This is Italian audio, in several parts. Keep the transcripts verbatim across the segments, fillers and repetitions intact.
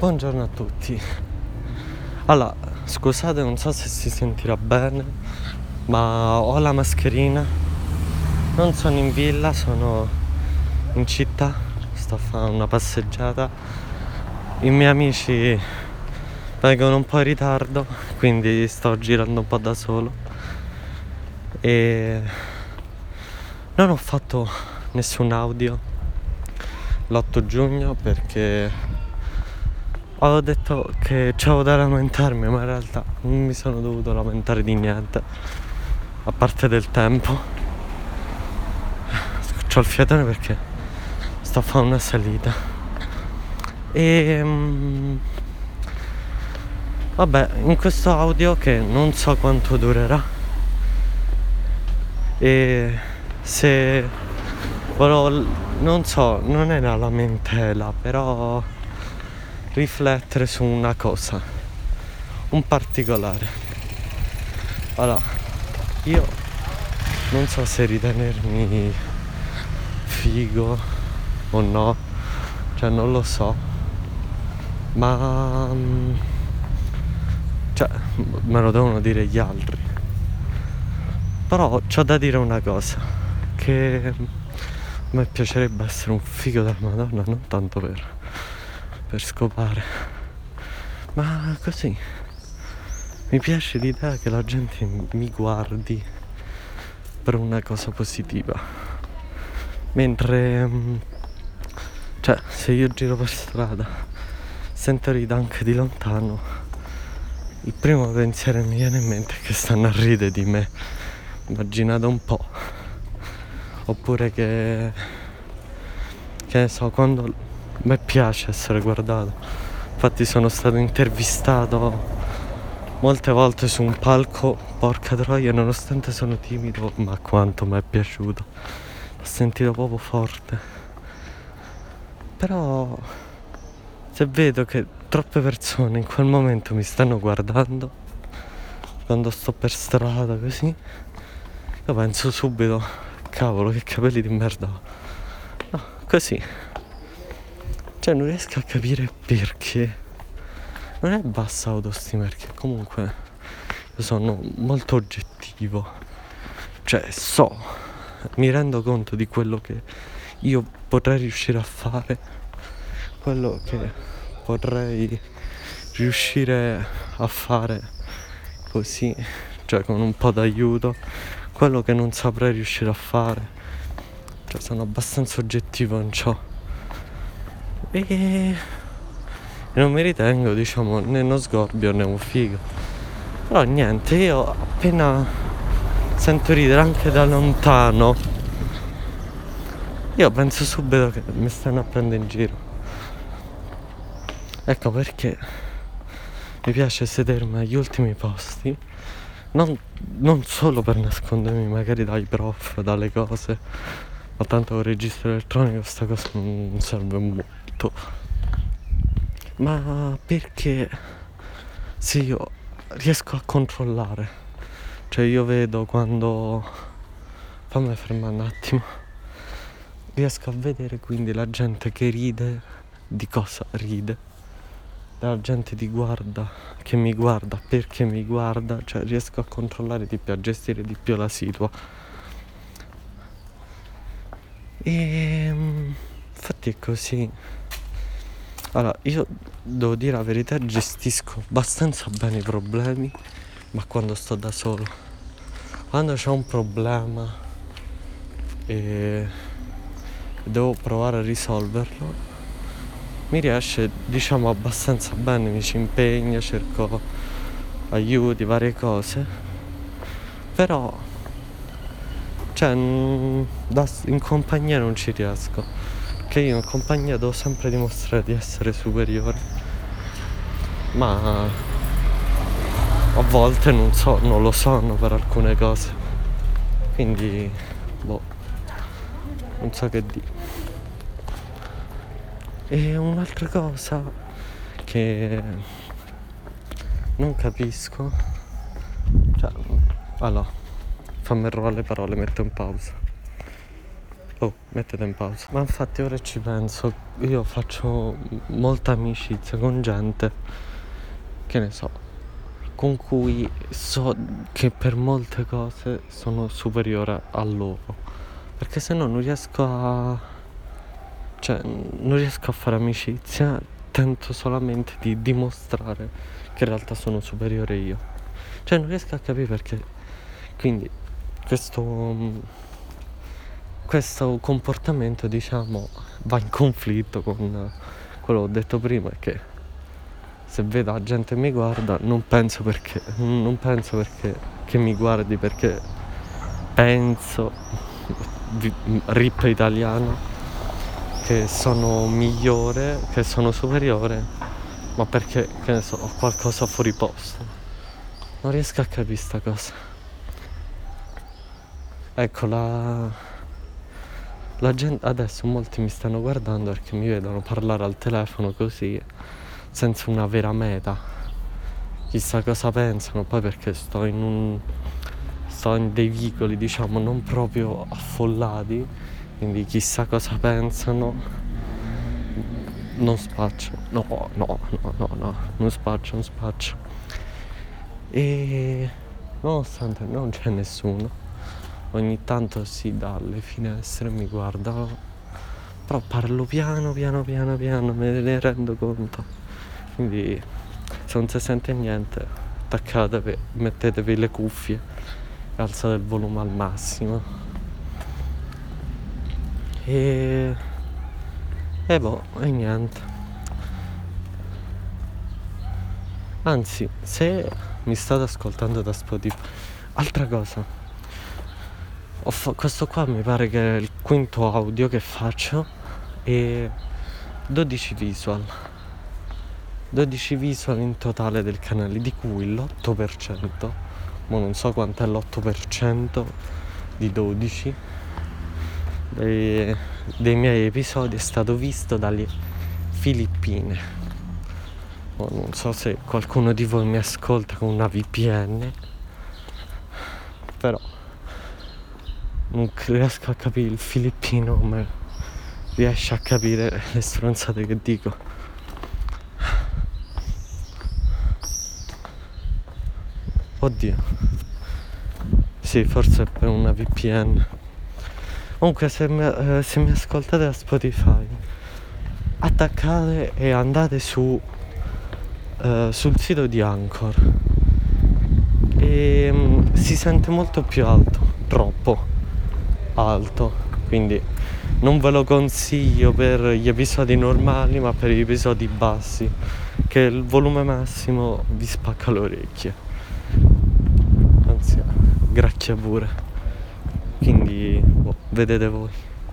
Buongiorno a tutti. Allora, scusate, non so se si sentirà bene, ma ho la mascherina. Non sono in villa, sono in città. Sto a fare una passeggiata. I miei amici vengono un po' in ritardo, quindi sto girando un po' da solo. E non ho fatto nessun audio l'otto giugno perché avevo detto che c'avevo da lamentarmi, ma in realtà non mi sono dovuto lamentare di niente, a parte del tempo. C'ho il fiatone perché sto a fare una salita. E um, vabbè, in questo audio che non so quanto durerà, e se volevo, non so, non è una lamentela, però riflettere su una cosa, un particolare. Allora, io non so se ritenermi figo o no, cioè non lo so, ma cioè me lo devono dire gli altri. Però c'ho da dire una cosa, che a me piacerebbe essere un figo della Madonna, non tanto per per scopare, ma così mi piace l'idea che la gente mi guardi per una cosa positiva, mentre cioè se io giro per strada sento rida anche di lontano, il primo pensiero che mi viene in mente è che stanno a ridere di me. Immaginate un po'. Oppure che che ne so, quando a me piace essere guardato, infatti sono stato intervistato molte volte su un palco, porca troia, nonostante sono timido, ma quanto mi è piaciuto, l'ho sentito proprio forte. Però se vedo che troppe persone in quel momento mi stanno guardando quando sto per strada così, io penso subito, cavolo, che capelli di merda ho. No, così. Cioè non riesco a capire perché. Non è bassa autostima, perché comunque io sono molto oggettivo. Cioè so, mi rendo conto di quello che io potrei riuscire a fare, quello che potrei riuscire a fare così, cioè con un po' d'aiuto, quello che non saprei riuscire a fare. Cioè sono abbastanza oggettivo in ciò. E non mi ritengo, diciamo, né uno sgorbio né un figo. Però niente, io appena sento ridere anche da lontano, io penso subito che mi stanno a prendere in giro. Ecco perché mi piace sedermi agli ultimi posti, non, non solo per nascondermi magari dai prof, dalle cose, ma tanto con il registro elettronico sta cosa non serve molto, ma perché se io riesco a controllare, cioè io vedo quando, fammi fermare un attimo, riesco a vedere quindi la gente che ride, di cosa ride, la gente ti guarda, che mi guarda, perché mi guarda, cioè riesco a controllare di più, a gestire di più la situa. E infatti è così. Allora, io devo dire la verità, gestisco abbastanza bene i problemi, ma quando sto da solo. Quando c'è un problema e devo provare a risolverlo, mi riesce, diciamo, abbastanza bene, mi ci impegno, cerco aiuti, varie cose. Però cioè da, in compagnia non ci riesco, perché io in compagnia devo sempre dimostrare di essere superiore, ma a volte non so, non lo sono per alcune cose, quindi boh, non so che dire. E un'altra cosa che non capisco, cioè, allora, fammi errare le parole, metto in pausa. Oh, mettete in pausa. Ma infatti ora ci penso, io faccio molta amicizia con gente, che ne so, con cui so che per molte cose sono superiore a loro. Perché se no non riesco a... cioè non riesco a fare amicizia, tento solamente di dimostrare che in realtà sono superiore io. Cioè non riesco a capire perché. Quindi questo questo comportamento, diciamo, va in conflitto con quello che ho detto prima, che se vedo la gente che mi guarda non penso perché non penso perché che mi guardi, perché penso, rip italiano, che sono migliore, che sono superiore, ma perché, che ne so, ho qualcosa fuori posto. Non riesco a capire sta cosa. Ecco, la, la gente adesso, molti mi stanno guardando perché mi vedono parlare al telefono così, senza una vera meta. Chissà cosa pensano, poi perché sto in un sto in dei vicoli, diciamo, non proprio affollati, quindi chissà cosa pensano. Non spaccio, no, no, no, no, no, non spaccio, non spaccio. E nonostante non c'è nessuno, ogni tanto sì, dalle finestre mi guardano, però parlo piano, piano, piano, piano, me ne rendo conto. Quindi se non si sente niente, attaccatevi, mettetevi le cuffie e alzate il volume al massimo. E... e boh, e niente. Anzi, se mi state ascoltando da Spotify, altra cosa, ho fa- questo qua mi pare che è il quinto audio che faccio e dodici visual. dodici visual in totale del canale, di cui l'otto per cento, ma non so quant'è l'otto per cento di dodici dei, dei miei episodi è stato visto dalle Filippine. Oh, non so se qualcuno di voi mi ascolta con una V P N, però non riesco a capire il filippino come riesce a capire le stronzate che dico. Oddio, sì, forse è per una V P N. Comunque se mi, eh, se mi ascoltate da Spotify, attaccate e andate su eh, sul sito di Anchor e um, si sente molto più alto, troppo alto, quindi non ve lo consiglio per gli episodi normali, ma per gli episodi bassi, che il volume massimo vi spacca le orecchie, anzi gracchia pure, quindi boh, vedete voi.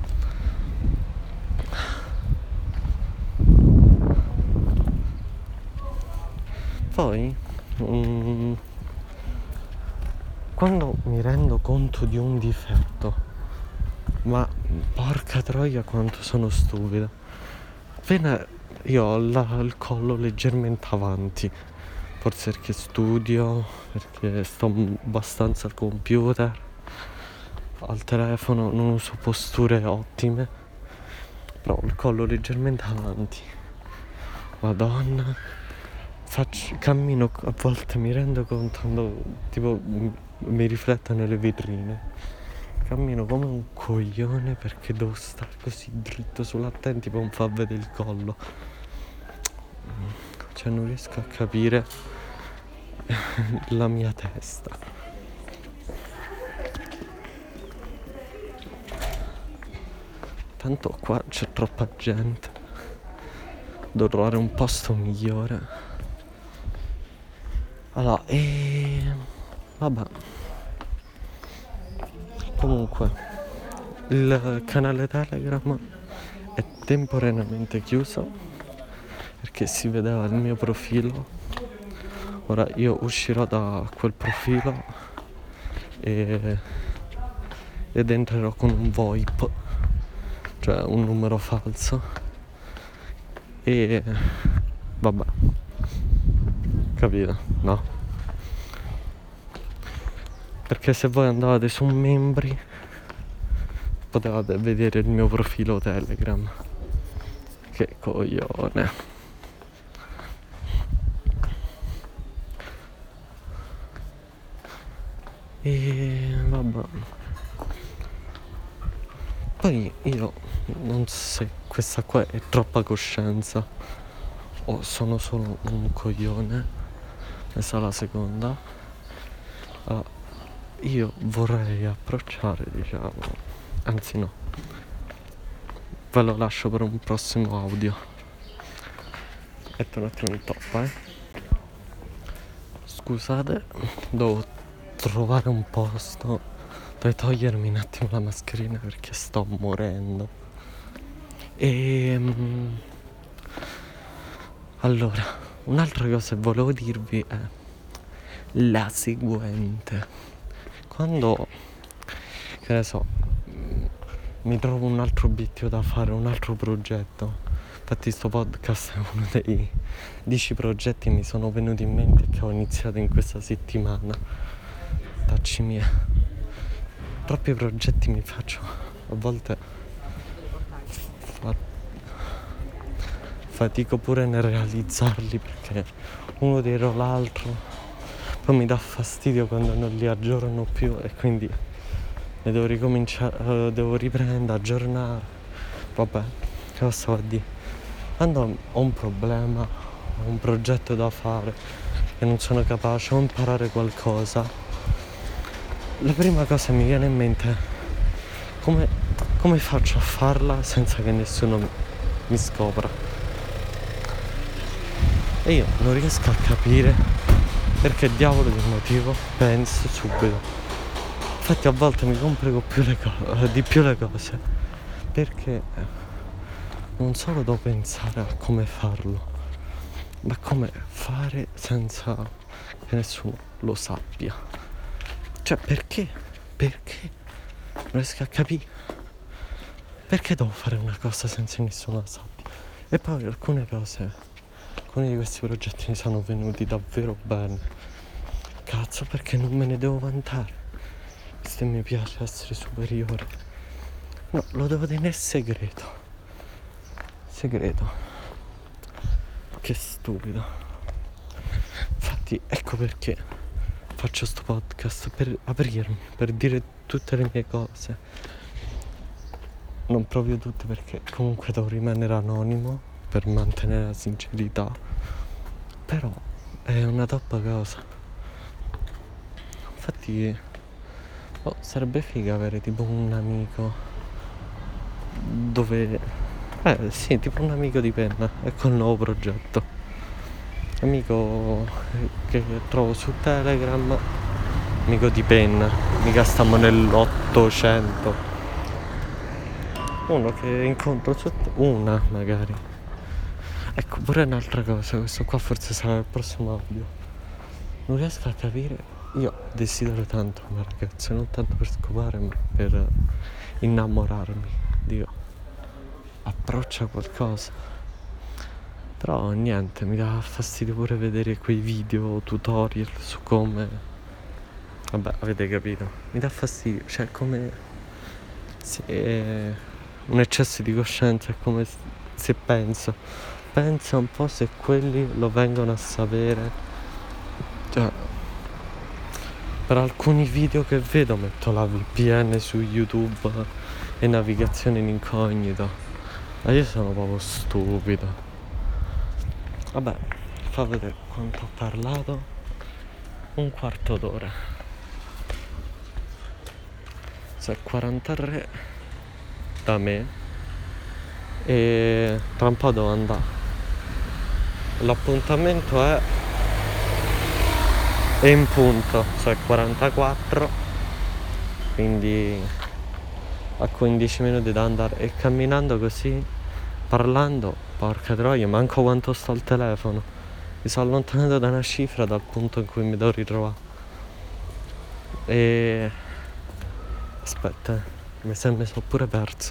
Poi mm, quando mi rendo conto di un difetto, ma porca troia quanto sono stupido, appena io ho la, il collo leggermente avanti, forse perché studio, perché sto abbastanza al computer, al telefono, non uso posture ottime, però ho il collo leggermente avanti, madonna, faccio, cammino, a volte mi rendo conto quando tipo mi rifletto nelle vetrine, cammino come un coglione perché devo stare così dritto sull'attenti per non far vedere il collo. Cioè non riesco a capire la mia testa. Tanto qua c'è troppa gente, devo trovare un posto migliore. Allora, e vabbè, comunque il canale Telegram è temporaneamente chiuso perché si vedeva il mio profilo. Ora io uscirò da quel profilo e, ed entrerò con un VoIP, cioè un numero falso, e vabbè, capito? No, perché se voi andate su membri potevate vedere il mio profilo Telegram. Che coglione. E vabbè. Poi io non so se questa qua è troppa coscienza o sono solo un coglione. Questa è la seconda. Uh, io vorrei approcciare, diciamo, anzi no, ve lo lascio per un prossimo audio. Metto un attimo in toppa, eh. Scusate, devo trovare un posto dove togliermi un attimo la mascherina perché sto morendo. E um, allora, un'altra cosa che volevo dirvi è la seguente. Quando, che ne so, mi trovo un altro obiettivo da fare, un altro progetto, infatti sto podcast è uno dei dieci progetti che mi sono venuti in mente che ho iniziato in questa settimana. Tacci mia, troppi progetti mi faccio, a volte fa- fatico pure nel realizzarli perché uno dietro l'altro, poi mi dà fastidio quando non li aggiorno più e quindi ne devo ricominciare, uh, devo riprendere, aggiornare. Vabbè, cosa stavo a dire? Quando ho un problema, ho un progetto da fare e non sono capace, o imparare qualcosa, la prima cosa che mi viene in mente è come, come faccio a farla senza che nessuno mi scopra. E io non riesco a capire perché diavolo di motivo penso subito. Infatti a volte mi complico più le co- di più le cose perché non solo devo pensare a come farlo, ma come fare senza che nessuno lo sappia. Cioè perché? Perché? Non riesco a capire. Perché devo fare una cosa senza che nessuno la sappia? E poi alcune cose, alcuni di questi progetti mi sono venuti davvero bene. Cazzo, perché non me ne devo vantare? Se mi piace essere superiore. No, lo devo tenere segreto. Segreto. Che stupido. Infatti, ecco perché faccio sto podcast, per aprirmi, per dire tutte le mie cose. Non proprio tutte perché comunque devo rimanere anonimo per mantenere la sincerità. Però è una toppa cosa. Infatti oh, sarebbe figa avere tipo un amico dove eh sì, tipo un amico di penna. Ecco il nuovo progetto. Amico che trovo su Telegram, amico di penna. Mica stiamo nell'ottocento. Uno che incontro su te- una magari. Ecco pure un'altra cosa, questo qua forse sarà il prossimo audio. Non riesco a capire. Io desidero tanto una ragazza, non tanto per scopare, ma per innamorarmi. Dio, approccia qualcosa. Però niente, mi dà fastidio pure vedere quei video tutorial su come... Vabbè, avete capito. Mi dà fastidio, cioè come se un eccesso di coscienza è come se penso. Pensa un po' se quelli lo vengono a sapere. Cioè, per alcuni video che vedo metto la V P N su YouTube e navigazione in incognito. Ma io sono proprio stupido. Vabbè, fa vedere quanto ho parlato. Un quarto d'ora. Sono quarantatré da me. E tra un po' devo andare. L'appuntamento è è in punto, sono quarantaquattro, quindi a quindici minuti da andare. E camminando così, parlando, porca troia, manco quanto sto al telefono. Mi sono allontanato da una cifra dal punto in cui mi devo ritrovare. E aspetta, eh, mi sa mi sono pure perso.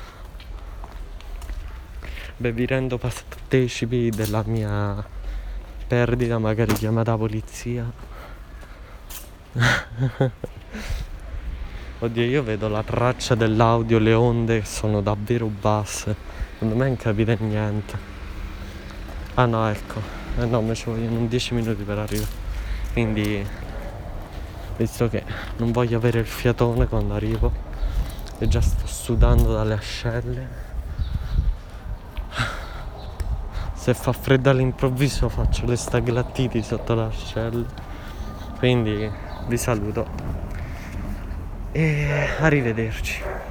Beh, vi rendo partecipi della mia perdita, magari chiamata la polizia. Oddio, io vedo la traccia dell'audio, le onde che sono davvero basse. Secondo me non capite niente. Ah no, ecco. Eh no, mi ci vogliono dieci minuti per arrivare. Quindi, visto che non voglio avere il fiatone quando arrivo e già sto sudando dalle ascelle, se fa freddo all'improvviso faccio le staglattiti sotto le ascelle. Quindi vi saluto e arrivederci.